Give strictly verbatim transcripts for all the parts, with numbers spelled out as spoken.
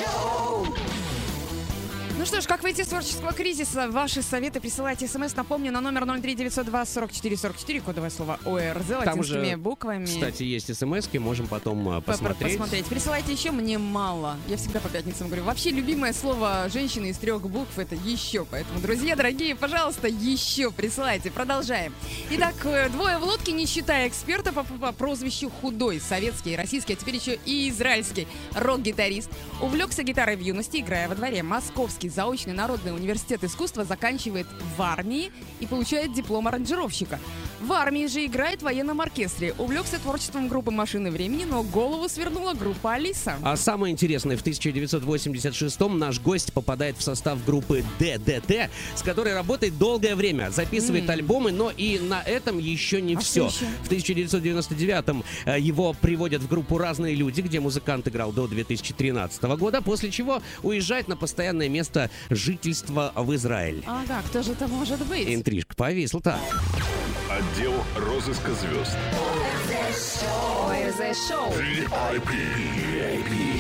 Ну что ж, как выйти из творческого кризиса? Ваши советы присылайте смс, напомню, на номер ноль три девятьсот два сорок четыре сорок четыре, кодовое слово ОРЗ, латинскими буквами. Кстати, есть смски, можем потом посмотреть. посмотреть. Присылайте еще, мне мало. Я всегда по пятницам говорю. Вообще, любимое слово женщины из трех букв — это еще. Поэтому, друзья дорогие, пожалуйста, еще присылайте. Продолжаем. Итак, двое в лодке, не считая эксперта по, по прозвищу Худой. Советский, российский, а теперь еще и израильский рок-гитарист. Увлекся гитарой в юности, играя во дворе. Московский заочный народный университет искусства заканчивает в армии и получает диплом аранжировщика. В армии же играет в военном оркестре. Увлекся творчеством группы «Машины времени», но голову свернула группа «Алиса». А самое интересное, в тысяча девятьсот восемьдесят шестом наш гость попадает в состав группы ДДТ, с которой работает долгое время, записывает mm. альбомы, но и на этом еще не а все. Еще? В тысяча девятьсот девяносто девятом его приводят в группу «Разные люди», где музыкант играл до две тысячи тринадцатого года, после чего уезжает на постоянное место жительства в Израиль. Ага, кто же это может быть? Интрижка повисла так. Отдел розыска звезд. ОРЗ-шоу. ви ай пи.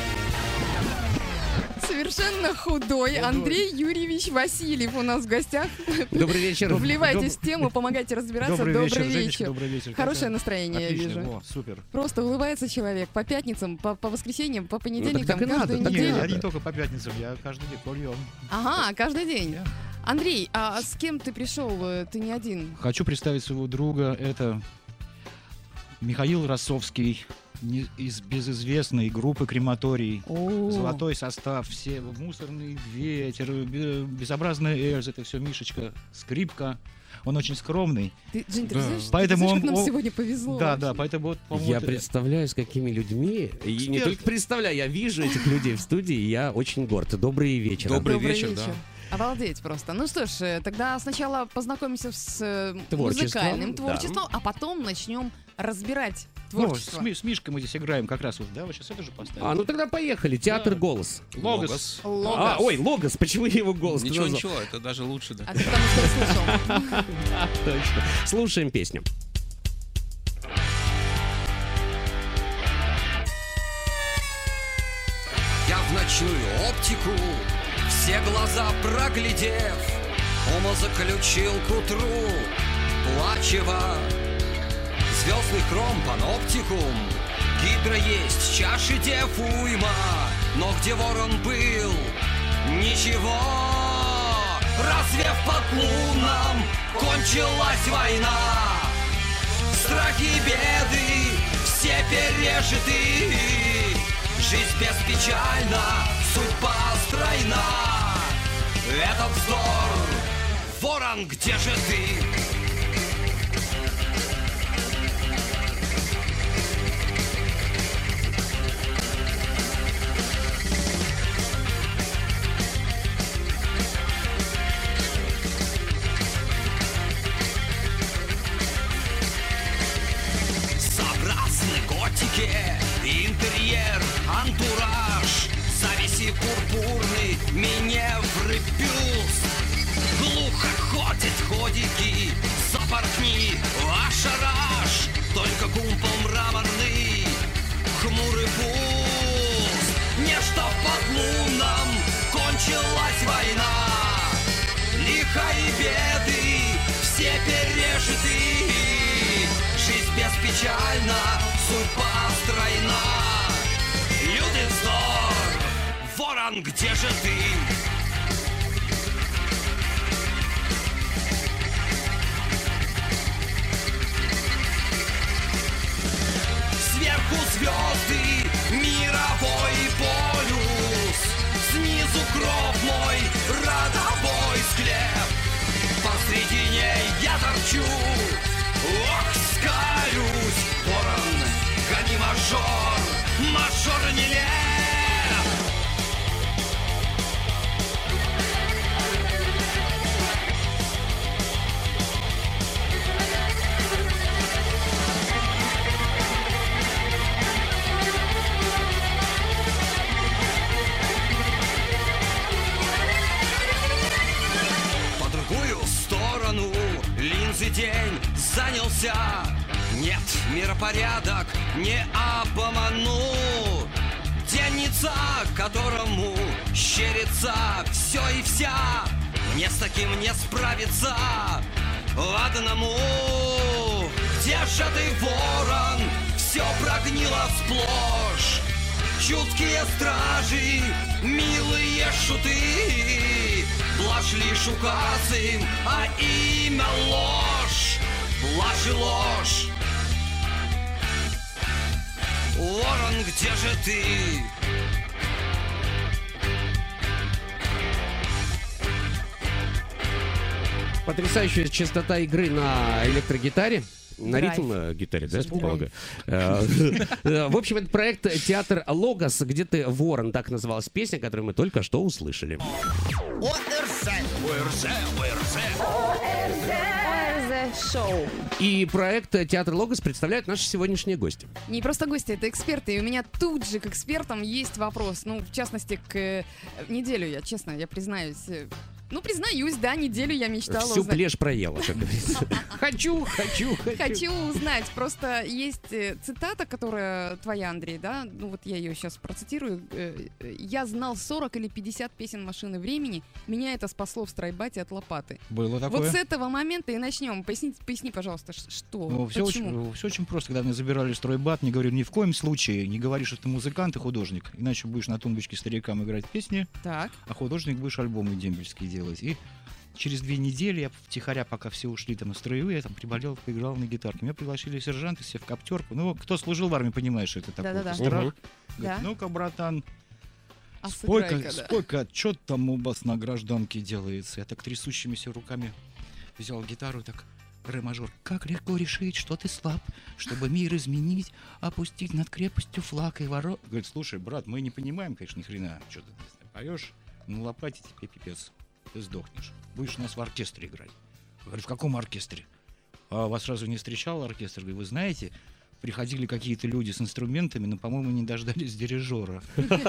Совершенно худой Андрей Юрьевич Васильев у нас в гостях. Добрый вечер. Вливайтесь в тему, помогайте разбираться. Добрый, Добрый вечер, вечер. Женечка, добрый вечер. Хорошее настроение, Отлично, я вижу. О, супер. Просто улыбается человек по пятницам, по, по воскресеньям, по понедельникам, ну, каждую надо, неделю. Не, я не только по пятницам, я каждый день кольем. Ага, каждый день. Yeah. Андрей, а с кем ты пришел? Ты не один. Хочу представить своего друга. Это Михаил Росовский из безызвестной группы «Крематорий». О. Золотой состав, все мусорный ветер, безобразная Эрз, это все Мишечка, скрипка. Он очень скромный. Ты, Жень, ты да. знаешь, Поэтому ты знаешь, он, как нам он... сегодня повезло. Да, вообще. да, поэтому вот, по-моему... Я вот... представляю, с какими людьми, и не только представляю, я вижу этих людей в студии, и я очень горд. Добрый вечер. Добрый, Добрый вечер, вечер, да. Обалдеть просто. Ну что ж, тогда сначала познакомимся с музыкальным творчеством, да. А потом начнем разбирать творчество. Ну, с, с Мишкой мы здесь играем как раз вот, да, вот сейчас это же поставим. А, ну тогда поехали. Театр, да. Голос. Логос. Логос. А, ой, Логос, почему я его голос Ничего, назвал? ничего, это даже лучше, да. А ты потому что слышал. Да, точно. Слушаем песню. Я в ночную оптику, все глаза проглядев, ума заключил к утру, плачево. Звездный хром, паноптикум, гидра есть, чаши дев уйма, но где ворон был, ничего. Разве под луном кончилась война? Страхи и беды все пережиты, жизнь беспечальна, судьба стройна. Это вздор, ворон, где же ты? Интерьер, антураж, зависи пурпурный, миневры бюст. Глухо ходят ходики, запорхни, ашараш, только кумпол мраморный, хмурый пуст. Нечто под луном кончилась война, лиха и беды все пережиты, жизнь беспечальна, судьба стройна. Люди вздор, ворон, где же ты? Сверху звезды, мировой полюс, снизу кровь мой, родовой склеп. Посреди ней я торчу, ох, скалюсь, ворон, гони мажор, мажор не лев. По другую сторону линзы день занялся. Нет, миропорядок не обману. День не убийца, которому щерится все и вся. Мне с таким не справиться одному. Где же ты, ворон? Все прогнило сплошь. Чуткие стражи, милые шуты, блажь лишь указ им, а имя ложь, блажь и ложь. Ворон, где же ты? Потрясающая частота игры на электрогитаре. На Драйв. ритм э, гитаре, да, полагаю. Э, э, В общем, это проект «Театр Логос», где ты ворон», так называлась песня, которую мы только что услышали. Шоу. И проект «Театр Логос» представляют наши сегодняшние гости. Не просто гости, это эксперты. И у меня тут же к экспертам есть вопрос. Ну, в частности, к э, неделю я, честно, я признаюсь. э, Ну, признаюсь, да, неделю я мечтала Всю узнать. плешь проела, как говорится. Хочу, хочу, хочу. Хочу узнать. Просто есть э, цитата, которая твоя, Андрей, да? Ну вот я ее сейчас процитирую. Э, э, Я знал сорок или пятьдесят песен «Машины времени». Меня это спасло в стройбате от лопаты. Было такое. Вот с этого момента и начнем. Поясни, поясни пожалуйста, ш- что? Ну, все, Почему? очень, все очень просто. Когда меня забирали в стройбат, мне говорили, ни в коем случае не говори, что ты музыкант и художник. Иначе будешь на тумбочке старикам играть песни, Так. а художник будешь альбомы дембельские делать. И через две недели я втихаря, пока все ушли там на строевые, я там приболел, поиграл на гитарке. Меня пригласили сержанты все в коптерку. Ну, кто служил в армии, понимает, что это такое. Да-да-да. Страх. Мгм. Говорит, Да. ну-ка, братан, А спой-ка, сыграй-ка, да. спой-ка, что там у вас на гражданке делается? Я так трясущимися руками взял гитару, так, ре-мажор. Как легко решить, что ты слаб, чтобы мир изменить, опустить над крепостью флаг и ворот. Говорит, слушай, брат, мы не понимаем, конечно, ни хрена, что ты поешь, на лопате тебе пипец, ты сдохнешь. Будешь у нас в оркестре играть. Говорю, в каком оркестре? А вас сразу не встречал оркестр? Говорю, вы знаете, приходили какие-то люди с инструментами, но, по-моему, не дождались дирижера. И вот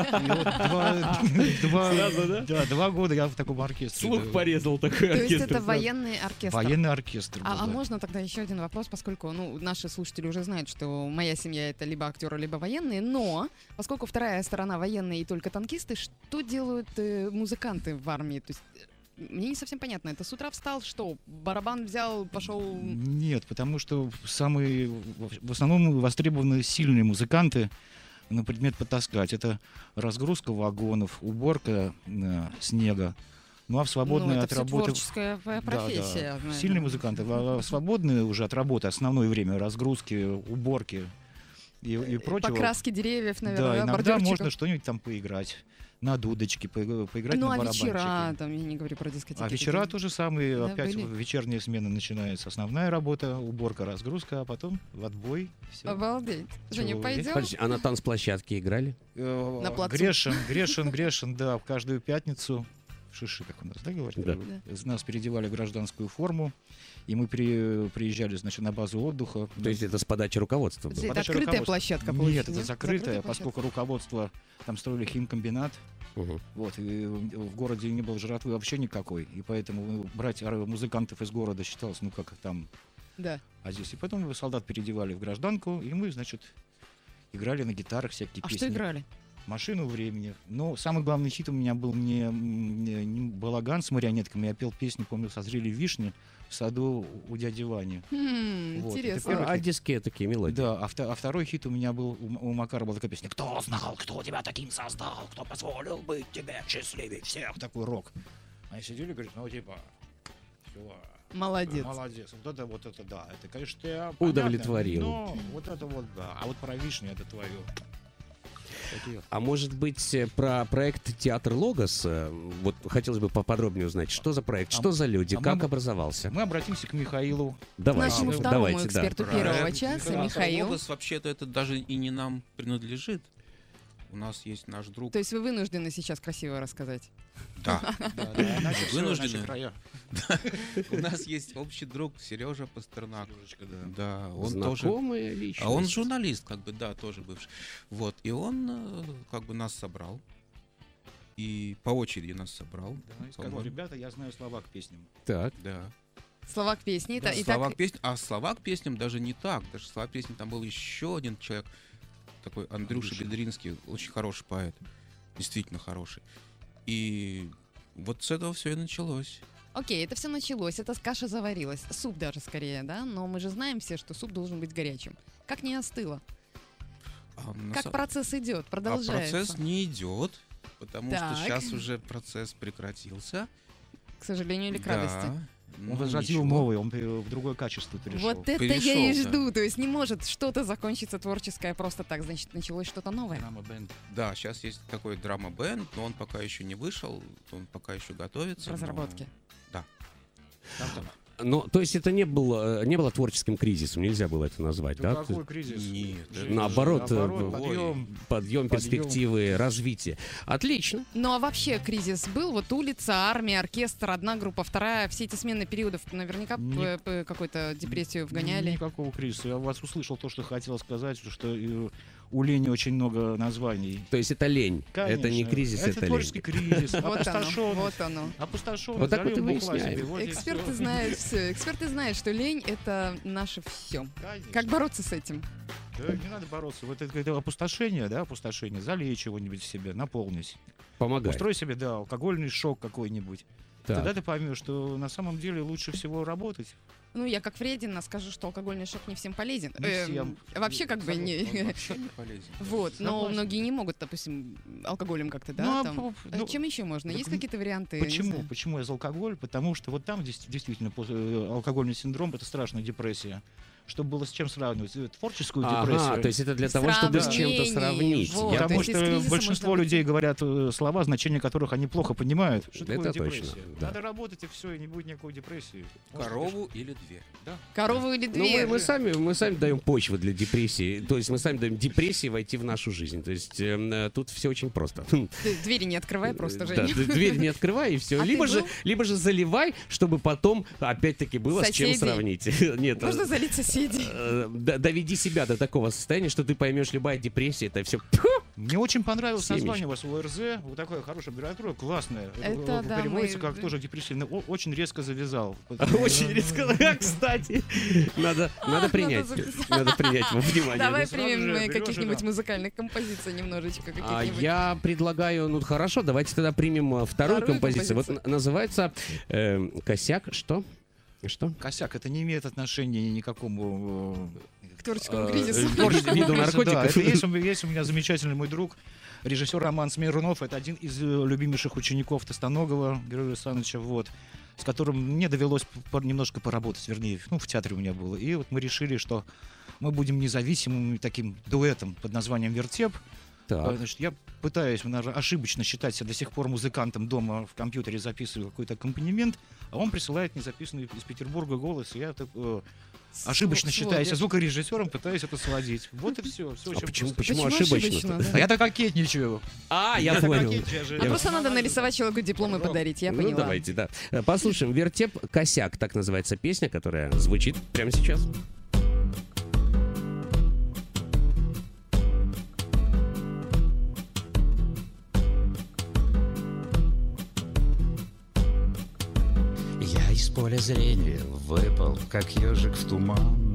два, два- Сразу, да? да, два года я в таком оркестре. Слух был. порезал такой То есть оркестр это сразу. военный оркестр. Военный оркестр был, А, а да. можно тогда еще один вопрос, поскольку ну, наши слушатели уже знают, что моя семья это либо актеры, либо военные, но поскольку вторая сторона военные и только танкисты, что делают э, музыканты в армии? То есть э, мне не совсем понятно. Это с утра встал, что барабан взял, пошел. Нет, потому что самые, в основном востребованы сильные музыканты на предмет потаскать. Это разгрузка вагонов, уборка э, снега. Ну а в свободное ну, это от всё работы... творческая Да, профессия. да. наверное. Сильные музыканты, а свободные уже от работы, основное время, разгрузки, уборки и, и прочего. Покраски деревьев, наверное, Да, да, иногда бордюрчиков. можно что-нибудь там поиграть. На дудочке, по- поиграть Ну на а барабанчике. вечера, там, я не говорю про дискотеки. А вечера такие. то же самое, Да, опять были? вечерняя смена начинается. Основная работа, уборка, разгрузка, а потом в отбой. Всё. Обалдеть. Женя, Чего вы? пойдем? Подожди, а на танцплощадке играли? Э, На плацу. Грешен, грешен, грешен, да, в каждую пятницу. В Шиши, как у нас, да, говорят? Да. Нас переодевали в гражданскую форму, и мы при- приезжали, значит, на базу отдыха. То есть это с подачи руководства было? Это Подача открытая руководства. площадка, Нет, получается, это нет? закрытая, площадка. поскольку руководство, там строили химкомбинат, Мгм. вот, и в городе не было жратвы вообще никакой, и поэтому брать ар- музыкантов из города считалось, ну, как там, Да. а здесь. И потом солдат переодевали в гражданку, и мы, значит, играли на гитарах всякие А песни. что играли? «Машину времени». Но самый главный хит у меня был не, не- не «Балаган» с марионетками. Я пел песню, помню, «Созрели вишни» в саду у дяди Вани. Хм, Вот, это интересно. первый А хит. диски такие мелодии. Да, а, вто- а второй хит у меня был, у, у Макара была такая песня «Кто знал, кто тебя таким создал, кто позволил быть тебе счастливее всех». Такой рок. Они сидели и говорят, ну типа, чувак, Молодец. молодец. Вот это, вот это, да. Это, конечно, тебя Удовлетворил. понятно, но вот это вот, да. А вот про вишню это твое. Такие. А может быть, э, про проект «Театр Логос», э, вот хотелось бы поподробнее узнать, что за проект, А что м- за люди, а мы как бы- образовался? Мы обратимся к Михаилу. Давайте, Нашему да, второму давайте, да. эксперту Правильно. первого часа, Театр Михаил. Логос вообще-то это даже и не нам принадлежит. У нас есть наш друг. То есть вы вынуждены сейчас красиво рассказать. Да. Да, да, наши всё, Вынуждены. наши края. У нас есть общий друг Сережа Пастернак. Сережечка, да. Да, он тоже. Знакомые личности. А он журналист, как бы, да, тоже бывший. Вот, и он э, как бы нас собрал. И по очереди нас собрал. Да, и сказал, по-моему. ребята, я знаю слова к песням. Так. Да. Слова к песне. Да, Итак, слова к песням, а слова к песням даже не так. Даже слова к песням там был еще один человек. такой Андрюша Андрюша. Бедринский, очень хороший поэт, действительно хороший. И вот с этого все и началось. Окей, это все началось, эта каша заварилась. Суп даже скорее, да? Но мы же знаем все, что суп должен быть горячим. Как не остыло? А на Как са- процесс идет, а продолжается? процесс не идет, потому Так. что сейчас уже процесс прекратился. К сожалению или к Да, радости? ну, Он возвратил ничего. новый, он пере- в другое качество перешел. Вот это я и Перешел, да. жду. То есть не может что-то закончиться творческое просто так. Значит, началось что-то новое. Драма бенд. Да, сейчас есть такой драма-бенд, но он пока еще не вышел, он пока еще готовится. В разработке. но- Там, там. Ну, то есть это не было, не было творческим кризисом, нельзя было это назвать, Да да? какой кризис? Нет, это- Наоборот, Наоборот, э, подъем. Подъем, Подъем. перспективы, развитие. Отлично. Ну а вообще кризис был? Вот улица, армия, оркестр, одна группа, вторая. Все эти смены периодов наверняка Ни- п- п- какую-то депрессию вгоняли. Никакого кризиса. Я вас услышал то, что хотел сказать, что э, у лени очень много названий. То есть это лень. Это не Конечно. кризис, это, это лень. творческий кризис. Вот оно, Опустошен. вот оно. Опустошен. Вот так вот и залил бухла выясняем. себе, вот и Эксперты всё. знают все. Эксперты знают, что лень — это наше все. Конечно. Как бороться с этим? Да, не надо бороться. Вот это, это опустошение, да, опустошение. Залей чего-нибудь в себе, наполнись. Помогай. Устрой себе, да, алкогольный шок какой-нибудь. Так. Тогда ты поймешь, что на самом деле лучше всего работать. Ну, я как вредина скажу, что алкогольный шок не всем полезен. Не Эм, всем. Вообще как бы Он не... вообще не полезен. Вот, но Согласен. многие не могут, допустим, алкоголем как-то, да? Ну, а там. по- А ну, Чем еще можно? так Есть м- какие-то варианты? Не Почему? знаю. Почему из алкоголь? Потому что вот там дес- действительно после- э, алкогольный синдром — это страшная депрессия. Чтобы было с чем сравнивать? Э, Творческую Ага, депрессию. то есть это для того, чтобы с чем-то Сравнение, сравнить. вот. Я то Потому есть из что кризиса большинство можно выйти. людей говорят э, слова, значение которых они плохо понимают. Что Это такое точно, депрессия? да. Надо работать, и все, и не будет никакой депрессии. Может, Корову или две. Корову или Ну, две? мы, мы сами, мы сами даем почву для депрессии. То есть мы сами даем депрессии войти в нашу жизнь. То есть э, тут все очень просто. Ты двери не открывай просто, Да, Женя. д- дверь не открывай, и все. А ты либо, же, был? либо же заливай, чтобы потом, опять-таки, было с чем Соседей? сравнить. Нет, Можно э, залить соседей. э, д- доведи себя до такого состояния, что ты поймешь, любая депрессия, это все... Мне очень понравилось Семечки. название у вас о эр зэ. Вот такая хорошая аббревиатура, классная. Это Э, да, Переводится мы- как тоже депрессивный. О- Очень резко завязал. Очень резко, кстати. Надо, надо принять. надо записать. Надо принять во внимание. Давай сразу примем же э, берешь и каких-нибудь да. музыкальных композиций немножечко. А каких-нибудь. я предлагаю, ну хорошо, давайте тогда примем э, вторую, Вторую композицию. Вот композицию. н- называется э, «Косяк». Что? Что? Косяк, это не имеет отношения ни к какому К творческому э, кризису. э, Творческому виду кризису, наркотиков. да. Это есть, у меня- есть у меня замечательный мой друг, режиссер Роман Смирнов. Это один из э, любимейших учеников Тостоногова, Григория Александровича, вот, с которым мне довелось по- немножко поработать, вернее, ну, в театре у меня было. И вот мы решили, что мы будем независимым таким дуэтом под названием «Вертеп». Так. Значит, я пытаюсь наверное, ошибочно считать себя до сих пор музыкантом, дома в компьютере записываю какой-то аккомпанемент, а он присылает незаписанный из Петербурга голос, и я так, э, ошибочно Св- считаюсь сводишь. звукорежиссером, пытаюсь это сводить. Вот и все. все А очень почему, просто. почему, Почему ошибочно? ошибочно, А я так кокетничаю. А, я так понял. кокетничаю, я же- А Я- просто надо нарисовать человеку диплом и подарить, я Ну, поняла. давайте, да. Э, Послушаем «Вертеп Косяк», так называется песня, которая звучит прямо сейчас. Я из поля зрения выпал, как ежик в туман.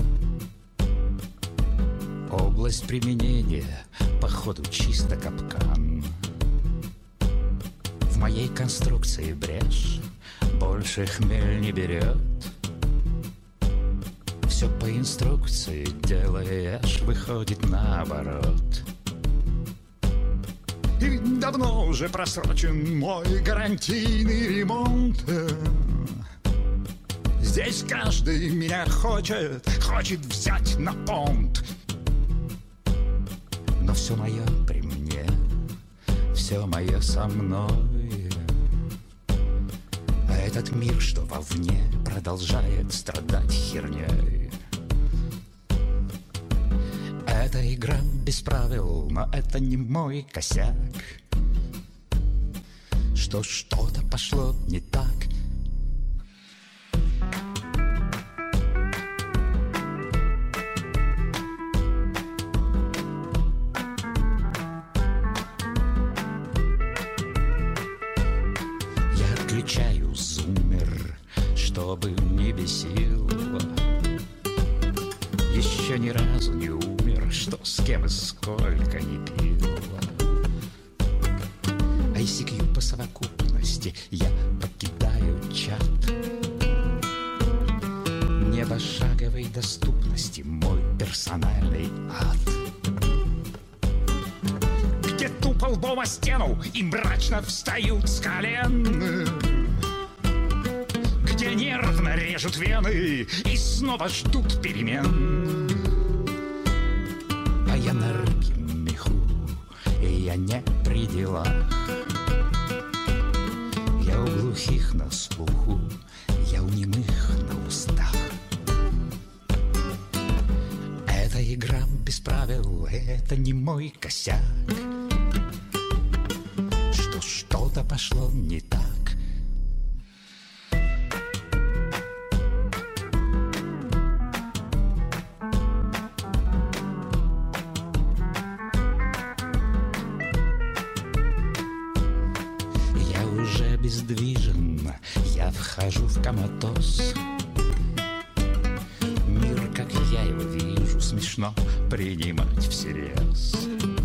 Область применения, походу, чисто капкан. В моей конструкции брешь, больше хмель не берет. Все по инструкции делаешь, выходит наоборот. И давно уже просрочен мой гарантийный ремонт. Здесь каждый меня хочет, хочет взять на понт. Но все мое при мне, все мое со мной. А этот мир, что вовне, продолжает страдать херней. Это игра без правил, но это не мой косяк. Что что-то пошло не так. Я отключаю зумер, чтобы не бесил. Еще ни разу не умер, что с кем и сколько не пил. ай си кью по совокупности я покидаю чат. Небошаговой доступности мой персональный ад. Где тупо лбом о стену и мрачно встают с колен, где нервно режут вены и снова ждут перемен. А я на рыбьем меху, и я не при делах. Я у глухих на слуху, я у немых на устах. Эта игра без правил, это не мой косяк, что что-то пошло не так. Я уже бездвижен, я вхожу в коматоз. Мир, как я его вижу, смешно принимать всерьез.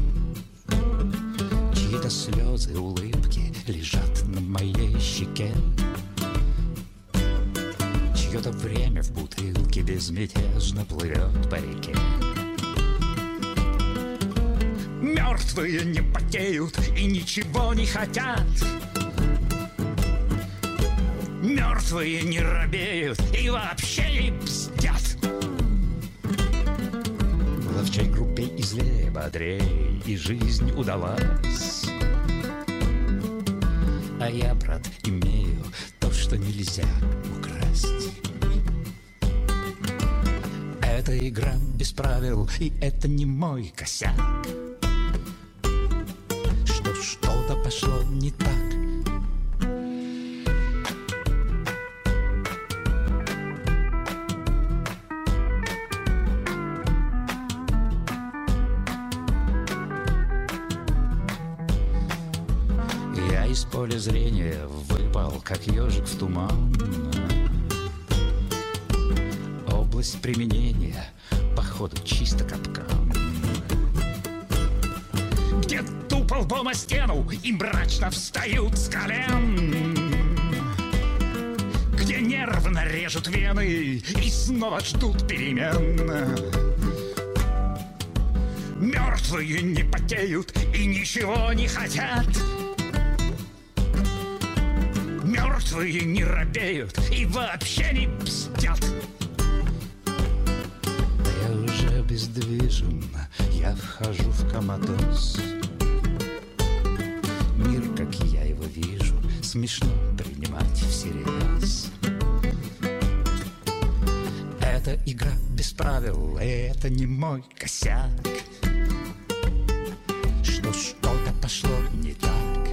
Чьи-то слезы, улыбки лежат на моей щеке. Чье-то время в бутылке безмятежно плывет по реке. Мертвые не потеют и ничего не хотят. Мертвые не робеют и вообще не бздят. Ловчей группе и злее, бодрей, и жизнь удалась. А я, брат, имею то, что нельзя украсть. Это игра без правил, и это не мой косяк, что что-то пошло не так. Я из поля зрения выпал, как ежик в туман. Область применения, походу, чисто капкан. Где тупо лбом о стену и мрачно встают с колен, где нервно режут вены и снова ждут перемен. Мертвые не потеют и ничего не хотят. Мертвые не робеют и вообще не бздят. Я уже бездвижен, я вхожу в коматоз. Мир, как я его вижу, смешно принимать всерьез. Это игра без правил, это не мой косяк, что что-то пошло не так.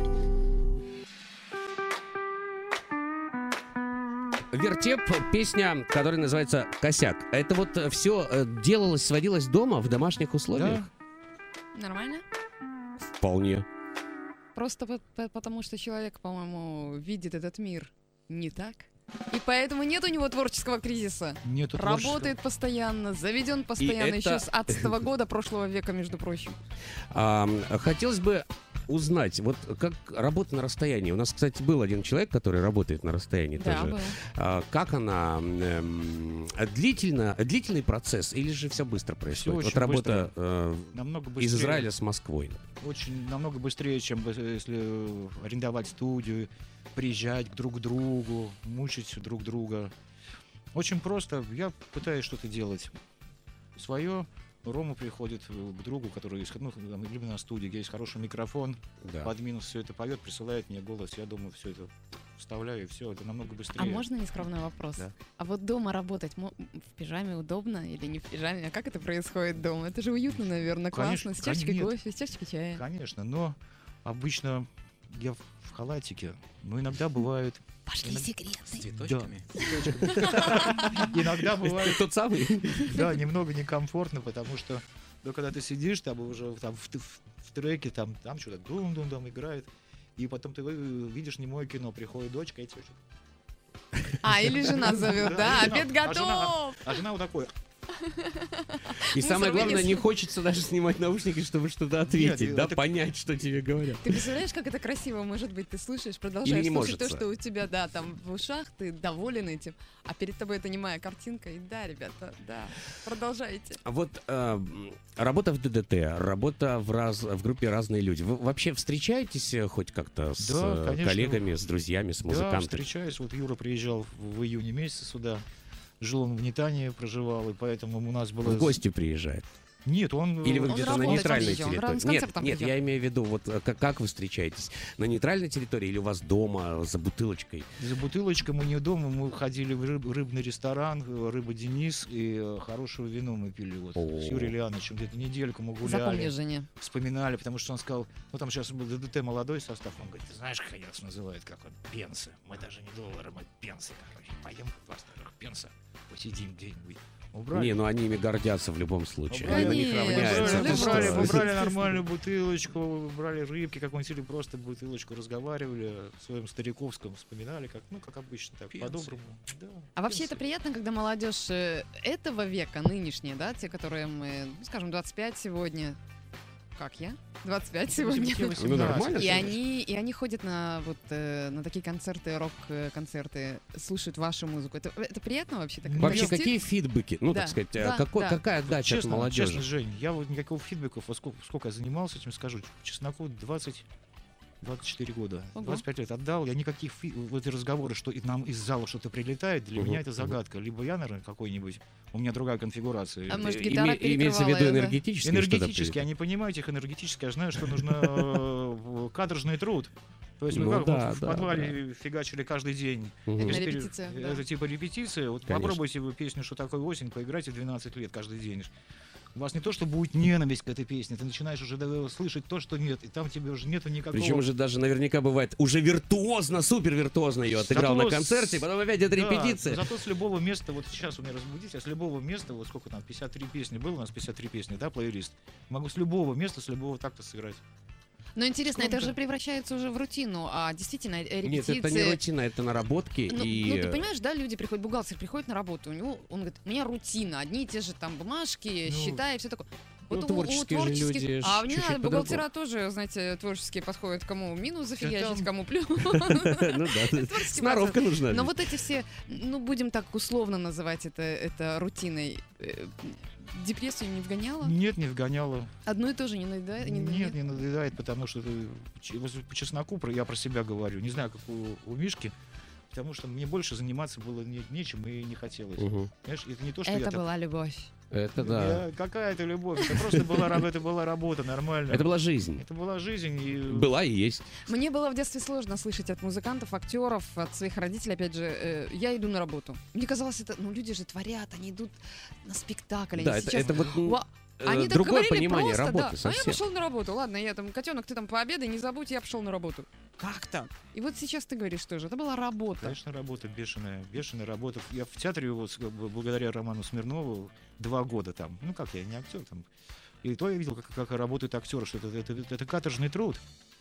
Вертеп, песня, которая называется «Косяк». Это вот все делалось, сводилось дома, в домашних условиях? Нормально? Вполне. Просто по- по- потому, что человек, по-моему, видит этот мир не так. И поэтому нет у него творческого кризиса. Нету Работает постоянно, заведен постоянно, это- еще с адского года прошлого века, между прочим. А, хотелось бы узнать, вот как работа на расстоянии. У нас, кстати, был один человек, который работает на расстоянии Да, тоже. было. А, как она эм, длительно, длительный процесс или же все быстро происходит? очень Вот работа э, Намного быстрее. из Израиля с Москвой. Очень намного быстрее, чем бы, если арендовать студию, приезжать друг к другу, мучить друг друга. Очень просто. Я пытаюсь что-то делать свое. Рома приходит к другу, который есть, ну, там, либо на студии, где есть хороший микрофон, Да. под минус все это поет, присылает мне голос, я думаю, все это вставляю, и все, это намного быстрее. А можно нескромный вопрос? Да. А вот дома работать мо- в пижаме удобно или не в пижаме? А как это происходит дома? Это же уютно, наверное, Конечно, классно. С чашечкой конечно, кофе, с чашечкой чая. Конечно, но обычно я в в халатике, но иногда бывает... Пошли Иногда- секреты. С цветочками. Иногда бывает, Тот самый. да, немного некомфортно, потому что, ну, когда ты сидишь, там уже там, в, в- в треке, там, там что-то дум-дум-дум играет, и потом ты вы- видишь немое кино, приходит дочка, и тебе что-то... А, или жена зовет, да? Да, жена. Обед А жена- готов! А жена вот такой, И самое Мусор главное, вынесли. не хочется даже снимать наушники, чтобы что-то ответить, Нет, да, это- понять, что тебе говорят. Ты представляешь, как это красиво может быть? Ты слушаешь, продолжаешь Или не слушать может, то, что у тебя, да, там в ушах, ты доволен этим, а перед тобой это немая картинка. И да, ребята, да, продолжайте. А вот э, работа в ДДТ, работа в, раз, в группе «Разные люди». Вы вообще встречаетесь э, хоть как-то с Да, э, конечно. коллегами, с друзьями, с Да, музыкантами? встречаюсь. Вот Юра приезжал в июне месяце сюда. Жил он в Нетании, проживал, и поэтому у нас было... В гости приезжает? Нет, он... Или вы Он где-то на работает нейтральной вообще, он территории? с Нет, концертом нет, придет. я имею в виду, вот э, как, как вы встречаетесь? На нейтральной территории или у вас дома, за бутылочкой? За бутылочкой мы не дома, мы ходили в рыб- рыбный ресторан, э, «Рыба Денис», и э, хорошего вино мы пили вот О. с Юрием Ильяновичем. Где-то недельку мы гуляли, Запомни, Женя. вспоминали, потому что он сказал, ну там сейчас был ДДТ молодой состав, он говорит, ты знаешь, как они нас называют, как он, пенсы. Мы даже не доллары, мы пенсы, короче. Пойдем два старых пенса, посидим где-нибудь. Убрали. Не, ну они ими гордятся в любом случае. Они на них Конечно, равняются. в Ты любом что? Брали, случае. брали нормальную бутылочку, брали рыбки какой-нибудь, или просто бутылочку разговаривали в своем стариковском, вспоминали, как, ну, как обычно, так, Пенсы. по-доброму. Да, А вообще пенсы. это приятно, когда молодежь э, этого века, нынешняя, да, те, которые мы, ну, скажем, двадцать пять сегодня, как я? двадцать пять сегодня. Тебе Ну, восемнадцать. нормально. И они, и они ходят на вот э, на такие концерты, рок-концерты, слушают вашу музыку. Это, это приятно вообще? Так Вообще, вместе? какие фидбэки? Ну, Да, так сказать, да, э, какой, да. какая отдача от Честно, молодежи? честно, Жень, я вот никакого фидбэка, вот сколько, сколько я занимался этим, скажу, чесноку двадцать двадцать четыре года, Ого. двадцать пять лет отдал, я никаких фи- вот эти разговоры, что и нам из зала что-то прилетает, для Мгм, меня это мгм. загадка. Либо я, наверное, какой-нибудь, у меня другая конфигурация. А может, Име- гитара имеется в виду перекрывала это? энергетически? Энергетически, я не понимаю этих энергетически, я знаю, что нужно э, каторжный труд. То есть мы Ну как да, вот в да, подвале фигачили каждый день. Мгм. На Теперь репетициях, да. Это типа репетиция. Вот Конечно. попробуйте вы песню «Что такое осень», поиграйте в двенадцать лет каждый день. У вас не то, что будет ненависть к этой песне, ты начинаешь уже да, слышать то, что нет, и там тебе уже нету никакого... Причем уже даже наверняка бывает уже виртуозно, супер виртуозно ее отыграл Зато на с- концерте, потом опять это Да, репетиция. Зато с любого места, вот сейчас у меня разбудите, а с любого места, вот сколько там, пятьдесят три песни было, у нас пятьдесят три песни, да, плейлист. Могу с любого места, с любого такта сыграть. Но интересно, это Сколько? же превращается уже в рутину, а действительно э, Нет, репетиции... это не рутина, это наработки. Ну, и... ну, ты понимаешь, да, люди приходят, бухгалтер приходит на работу, у него, он говорит, у меня рутина, одни и те же там бумажки, Ну, счета и все такое. ну, у- у творческие же люди А ж не чуть-чуть надо, бухгалтера тоже, знаете, творческие подходят, кому минус зафигачить, там- кому плюс. Ну да, Творческий сноровка нужна. Но вот эти все, ну, будем так условно называть это, это рутиной, э, депрессию не вгоняла? Нет, не вгоняло. Одно и то же не надоедает? не Нет, надоедает? не надоедает, потому что ты, ч- вот по чесноку, про- я про себя говорю, не знаю, как у, у Мишки, потому что мне больше заниматься было не- нечем и не хотелось. Мгм. Понимаешь, это не то, что я Это там- была любовь. Это да. Я- какая это любовь? Это просто была, раб- это была работа нормальная. Это была жизнь. Это была жизнь. И... Была и есть. Мне было в детстве сложно слышать от музыкантов, актеров, от своих родителей, опять же, э, я иду на работу. Мне казалось, это, ну, люди же творят, они идут на спектакль, Да, они это, сейчас... это вот м, Ва- э, Они так другое говорили понимание просто, работы да. А я совсем. пошел на работу. Ладно, я там, котенок, ты там пообедай, не забудь, я пошел на работу. Как так? И вот сейчас ты говоришь тоже, это была работа. Конечно, работа бешеная, бешеная работа. Я в театре, вот, как бы, благодаря Роману Смирнову, два года там, ну как я, не актер там, и то я видел, как, как работают актеры, что это, это, это, это каторжный труд.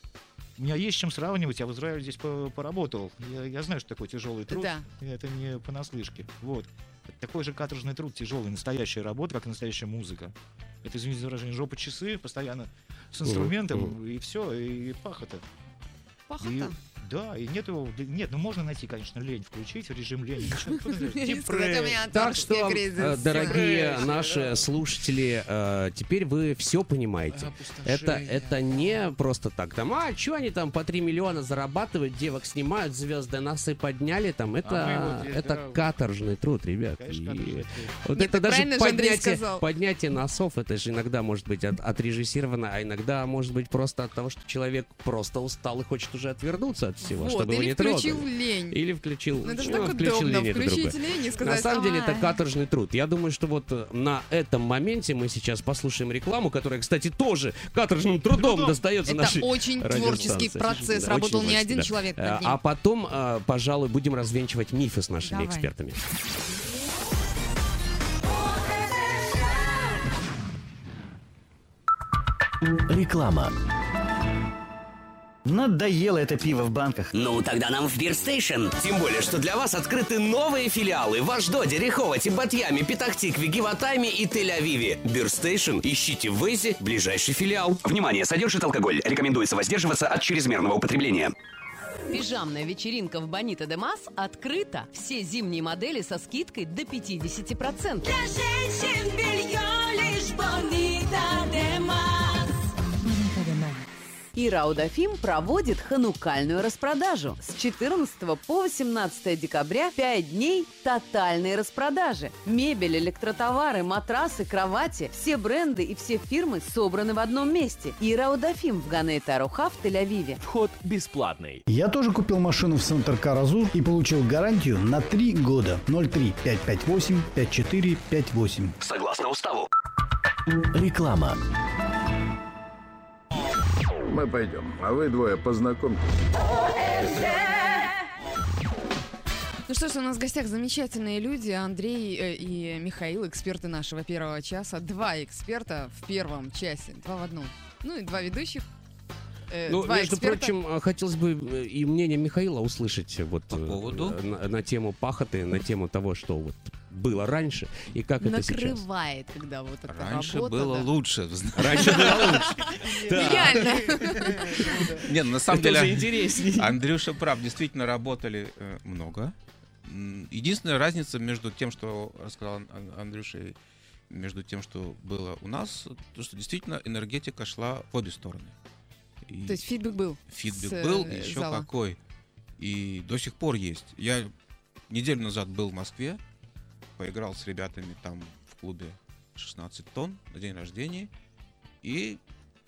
У меня есть с чем сравнивать, я в Израиле здесь по- поработал. Я, я знаю, что такое тяжелый труд. Да. И это не понаслышке. Вот. Это такой же каторжный труд, тяжелый, настоящая работа, как и настоящая музыка. Это, извините за выражение, жопа часы, постоянно с инструментом, мгм. и все, и пахота. Пахота. И, да, и нету, нет, ну можно найти, конечно, лень, включить режим лени. Ничего, кто знает, Не депресс. сказать, у меня Так что, творческий э, кризис. дорогие Депрессия, наши да. слушатели, э, теперь вы все понимаете. Это, Опустошение. это не просто так. Там, а, что они там по три миллиона зарабатывают, девок снимают, звезды носы подняли. Там, это, А мы вот, это да. каторжный труд, ребят. Конечно, И каторжный труд. вот Нет, это так даже правильно же Андрей поднятие, сказал. поднятие носов, это же иногда может быть от- отрежиссировано, а иногда может быть просто от того, что человек просто устал и хочет уже отвернуться от всего, Вот, чтобы его или не включил трогали. лень. Или включил. Ну, это же ну, так включил удобно, лень, это другое. включить лень и сказать, На самом деле это «Ай». каторжный труд. Я думаю, что вот э, на этом моменте мы сейчас послушаем рекламу, которая, кстати, тоже каторжным трудом Трудом. достается Это нашей очень творческий радиостанции. процесс. Да, Работал очень не творческий, один да. человек Э, над ним. А потом, э, пожалуй, будем развенчивать мифы с нашими Давай. экспертами. Реклама. Надоело это пиво в банках. Ну, тогда нам в Бирстейшн. Тем более, что для вас открыты новые филиалы в Ашдоде, Реховоте, Батьяме, Петахтикве, Гиватайме и Тель-Авиве. Бирстейшн ищите в Вейзе ближайший филиал. Внимание, содержит алкоголь. Рекомендуется воздерживаться от чрезмерного употребления. Пижамная вечеринка в Бонита де Мас открыта. Все зимние модели со скидкой до пятьдесят процентов. Для женщин белье лишь Бонита де Мас. И Раудафим проводит ханукальную распродажу. С четырнадцатого по восемнадцатое декабря пять дней тотальной распродажи. Мебель, электротовары, матрасы, кровати. Все бренды и все фирмы собраны в одном месте. И Раудафим в Ганей-Таруха в Тель-Авиве. Вход бесплатный. Я тоже купил машину в Центр Кар Азур и получил гарантию на три года. ноль три пять пять восемь пять четыре пять восемь. Согласно уставу. Реклама. Мы пойдем, а вы двое познакомьтесь. Ну что ж, у нас в гостях замечательные люди, Андрей э, и Михаил, эксперты нашего первого часа. Два эксперта в первом часе, два в одном. Ну и два ведущих. Э, Ну, два между эксперта. прочим, хотелось бы и мнение Михаила услышать вот По поводу? э, на, на тему пахоты, на тему того, что вот было раньше и как это сейчас. Накрывает, когда вот эта Раньше работа. было да. лучше. Раньше было лучше. Да. Реально. Не, ну, на самом Это уже деле, интереснее. Андрюша прав, действительно работали э, много. М, Единственная разница между тем, что рассказал Ан- Андрюша, и между тем, что было у нас, то, что действительно энергетика шла в обе стороны. И То есть фидбэк был. фидбэк с, был, э, еще зала. какой. И до сих пор есть. Я неделю назад был в Москве, поиграл с ребятами там в клубе шестнадцать тонн на день рождения. И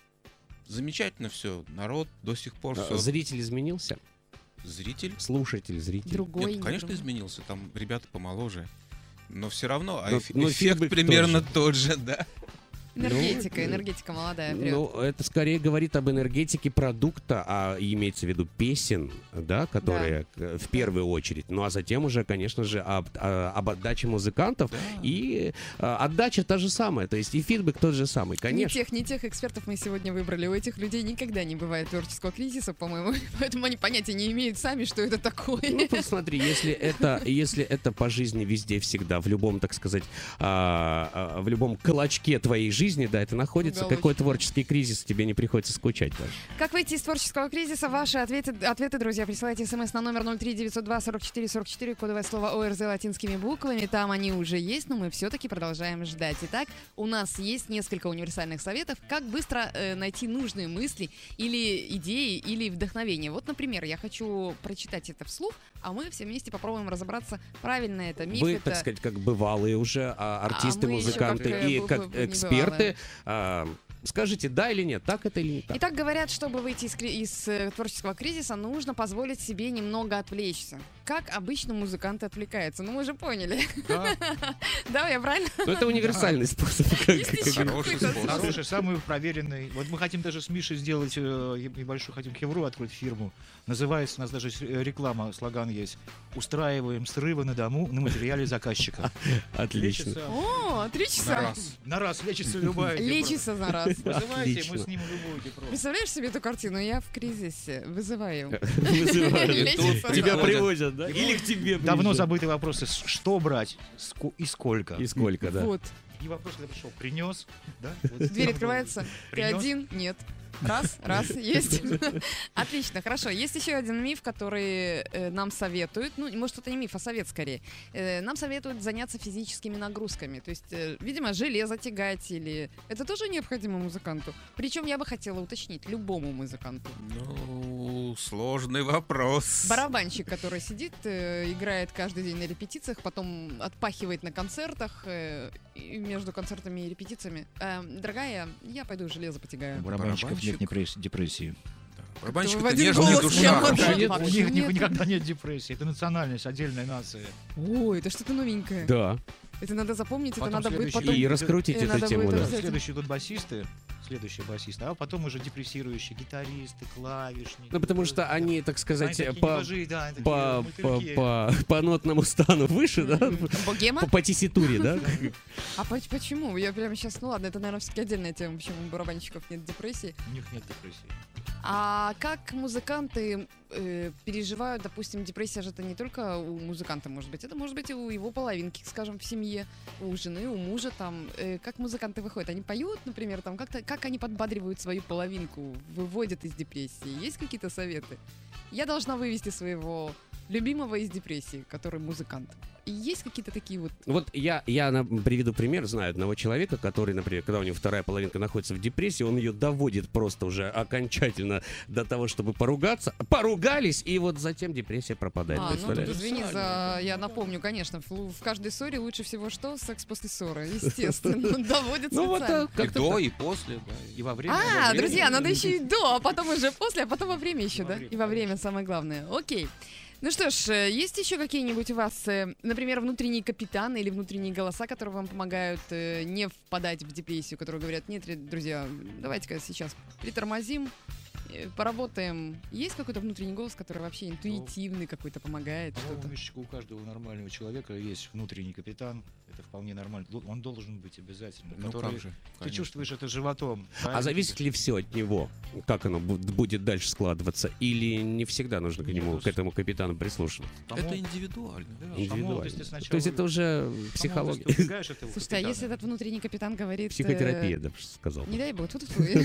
замечательно все. Народ до сих пор А, все. Зритель изменился? Зритель? Слушатель, зритель. Другой. Нет, конечно, другой. изменился. Там ребята помоложе. Но все равно а Но- эф- но эффект фидбэк примерно тоже. тот же, да. Энергетика, Ну, энергетика молодая. прет. Ну, это скорее говорит об энергетике продукта, а имеется в виду песен, да, которые э, в первую очередь. Ну, а затем уже, конечно же, об, а, об отдаче музыкантов. И э, отдача та же самая, то есть и фидбэк тот же самый, Не конечно. тех, не тех экспертов мы сегодня выбрали. У этих людей никогда не бывает творческого кризиса, по-моему. Поэтому они понятия не имеют сами, что это такое. Ну, посмотри, если это, если это по жизни везде, всегда, в любом, так сказать, а, а, в любом клочке твоей жизни, да, это находится, Уголочек. какой творческий кризис, тебе не приходится скучать даже. Как выйти из творческого кризиса? Ваши ответы, ответы, друзья, присылайте смс на номер ноль три девятьсот два сорок четыре сорок четыре, кодовое слово ОРЗ латинскими буквами. Там они уже есть, но мы все-таки продолжаем ждать. Итак, у нас есть несколько универсальных советов, как быстро э, найти нужные мысли или идеи, или вдохновение. Вот, например, я хочу прочитать это вслух, а мы все вместе попробуем разобраться, правильно это, миф Вы, это... так сказать, как бывалые уже а, артисты, мы еще музыканты как, и э, как бу- бу- эксперты. а, Скажите, да или нет, так это или не так? Итак, говорят, чтобы выйти из, кри- из э, творческого кризиса, нужно позволить себе немного отвлечься. Как обычно музыканты отвлекаются? Ну, мы же поняли. Да. Да, я правильно? Ну, это универсальный способ. как- Есть как- еще Хороший какой-то способ. Хороший, самый проверенный. Вот мы хотим даже с Мишей сделать э, небольшую, хотим хевру открыть фирму. Называется, у нас даже с- э, реклама, слоган есть. Устраиваем срывы на дому на материале заказчика. Отлично. Лечится- О, три На часа. раз. На раз лечится любая. Лечится за раз. Вызывайте, Отлично. мы снимем любую депро. Представляешь себе эту картину? Я в кризисе. Вызываю. Вызывают. Лечится Тебя за раз. привозят, да? Или к тебе Давно приезжают. забытые вопросы. С- Что брать ско- и сколько? И сколько, да. Вот. И вопрос, когда пришел, принес, да? Вот Дверь там открывается. был. Ты Принес? один? Нет. Раз, раз, есть. Отлично, хорошо. Есть еще один миф, который э, нам советуют. Ну, может, это не миф, а совет скорее. Э, нам советуют заняться физическими нагрузками. То есть, э, видимо, железо тягать или... Это тоже необходимо музыканту. Причем я бы хотела уточнить любому музыканту. Ну, сложный вопрос. Барабанщик, который сидит, э, играет каждый день на репетициях, потом отпахивает на концертах, э, и между концертами и репетициями. Э, дорогая, я пойду железо потягаю. У барабанщиков нет Барабанщик. непресс- депрессии. Барабанщик в это один нежная голос душа. прямо, вообще. да. Нет, у вообще них ни- нет. никогда нет депрессии. Это национальность, отдельная нация. Ой, это что-то новенькое. Да. Это надо запомнить, это Потом надо будет следующий- потом... И раскрутить э, эту надо тему, будет да. обязательно. Следующие идут басисты, следующие басисты, а потом уже депрессирующие гитаристы, клавишники. Ну, потому что Да. они, так Они сказать, такие по, небожи, да, они по, такие по, мотыльки. по, по нотному стану выше, да? Богема? По, по тесситуре, да? А по- почему? Я прямо сейчас... Ну ладно, это, наверное, все-таки отдельная тема, почему у барабанщиков нет депрессии. У них нет депрессии. А как музыканты э, переживают, допустим, депрессия же это не только у музыканта может быть, это может быть и у его половинки, скажем, в семье, у жены, у мужа там. Э, как музыканты выходят? Они поют, например, там, как-то, как они подбадривают свою половинку, выводят из депрессии? Есть какие-то советы? Я должна вывести своего любимого из депрессии, который музыкант. И есть какие-то такие вот... Вот я, я на- приведу пример, знаю одного человека, который, например, когда у него вторая половинка находится в депрессии, он ее доводит просто уже окончательно до того, чтобы поругаться. Поругались, и вот затем депрессия пропадает. А, ну тут представляешь? извини за... Я напомню, конечно, в, в каждой ссоре лучше всего что? Секс после ссоры, естественно. Доводит Ну вот специально. так, И до, и после, да. И во время. А, друзья, надо еще и до, а потом уже после, а потом во время еще, Во да? время, И во время самое главное. Окей. Ну что ж, э, есть еще какие-нибудь у вас, э, например, внутренние капитаны или внутренние голоса, которые вам помогают э, не впадать в депрессию, которые говорят: нет, ре- друзья, давайте-ка сейчас притормозим, э, поработаем. Есть какой-то внутренний голос, который вообще интуитивный какой-то помогает? По-моему, Что-то? Мишечка, у каждого нормального человека есть внутренний капитан. Это вполне нормально. Д- Он должен быть обязательно. Ну который- как же, Ты конечно. чувствуешь это животом. А правильно? зависит ли все от него? Как оно бу- будет дальше складываться? Или не всегда нужно к Нет, нему, ну, к этому капитану прислушиваться? По-моему, Это индивидуально. да, Индивидуально. по-моему, если сначала То есть это вы- уже по-моему, психология. если ты убегаешь от этого Слушайте, а капитана, если этот внутренний капитан говорит... э, Психотерапия, я даже сказал. Не дай бог, тут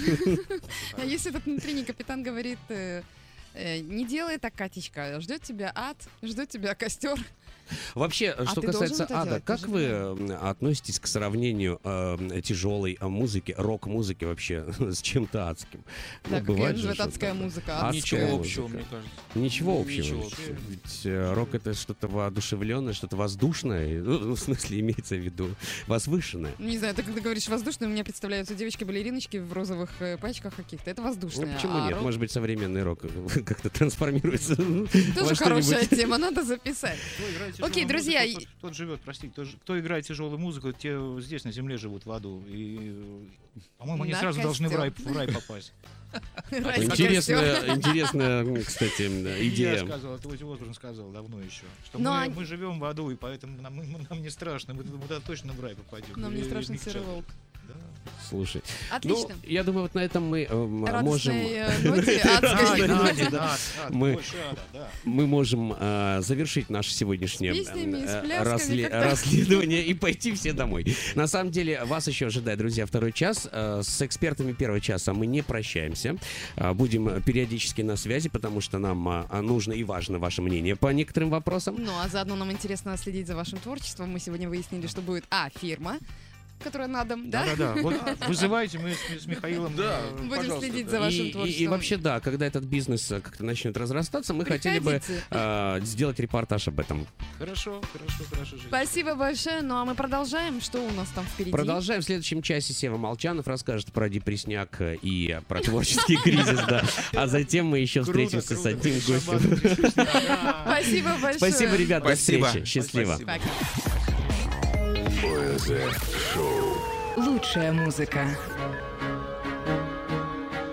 А если этот внутренний капитан говорит: э, э, не делай так, Катечка, ждет тебя ад, ждет тебя костер. Вообще, А что ты касается должен это ада, делать, ты как же вы м, относитесь к сравнению э, тяжелой э, музыки, рок-музыки вообще с чем-то адским? Ну, Так, как бывает же называется что-то адская такое. музыка. Адская Ничего музыка. общего, мне кажется. Ничего общего. Ничего общего. Ведь э, рок это что-то воодушевленное, что-то воздушное. и, Ну, ну, в смысле, имеется в виду возвышенное. Ну, не знаю, ты когда говоришь воздушные, у меня представляются девочки-балериночки в розовых э, пачках каких-то. Это Ну, воздушное. почему а нет? рок- Может быть, современный рок как-то трансформируется. Тоже во хорошая что-нибудь. тема, надо записать. Кто играет Окей, тяжелую друзья, музыку, и- Тот, тот живет, простите, кто, ж- кто играет тяжелую музыку, те здесь на земле живут в аду. И, э, по-моему, они На сразу должны в рай, костер. в рай попасть. Райский Интересная, костер. интересная, кстати, Я идея. сказал, это Оззи Осборн сказал давно еще. Что Но мы, они- мы живем в аду, и поэтому нам, мы- нам не страшно, мы туда точно в рай попадем. Нам не Или- страшен или к серый черту. волк. Да. Слушай. Отлично. Ну, я думаю, вот на этом мы э, можем... Радостной э, ноте адской. Да, Знаете, да, да. ад, ад, Мы- больше ада, да. мы можем э, завершить наше сегодняшнее С песнями, с э, плясками, расле- как-то. расследование и пойти все домой. На самом деле, вас еще ожидает, друзья, второй час. Э, С экспертами первого часа мы не прощаемся. Э, Будем периодически на связи, потому что нам э, нужно и важно ваше мнение по некоторым вопросам. Ну, а заодно нам интересно следить за вашим творчеством. Мы сегодня выяснили, что будет, а, фирма, которая на дом, да? Да-да-да. Вот вызывайте, мы с, с Михаилом. Да, э, Будем пожалуйста, следить да. за И, вашим и- и творчеством. вообще, да, когда этот бизнес э, как-то начнет разрастаться, мы хотели бы Приходите. э, сделать репортаж об этом. Хорошо, хорошо, хорошо. Жизнь. Спасибо большое. Ну, а мы продолжаем. Что у нас там впереди? Продолжаем. В следующем часе Сева Молчанов расскажет про депресняк и про творческий кризис, да. А затем мы еще Круто, встретимся с круто. одним гостем. Шабанов. Да. Спасибо большое. Спасибо, ребят, до Спасибо. встречи. Счастливо. Спасибо. Пока. Лучшая музыка.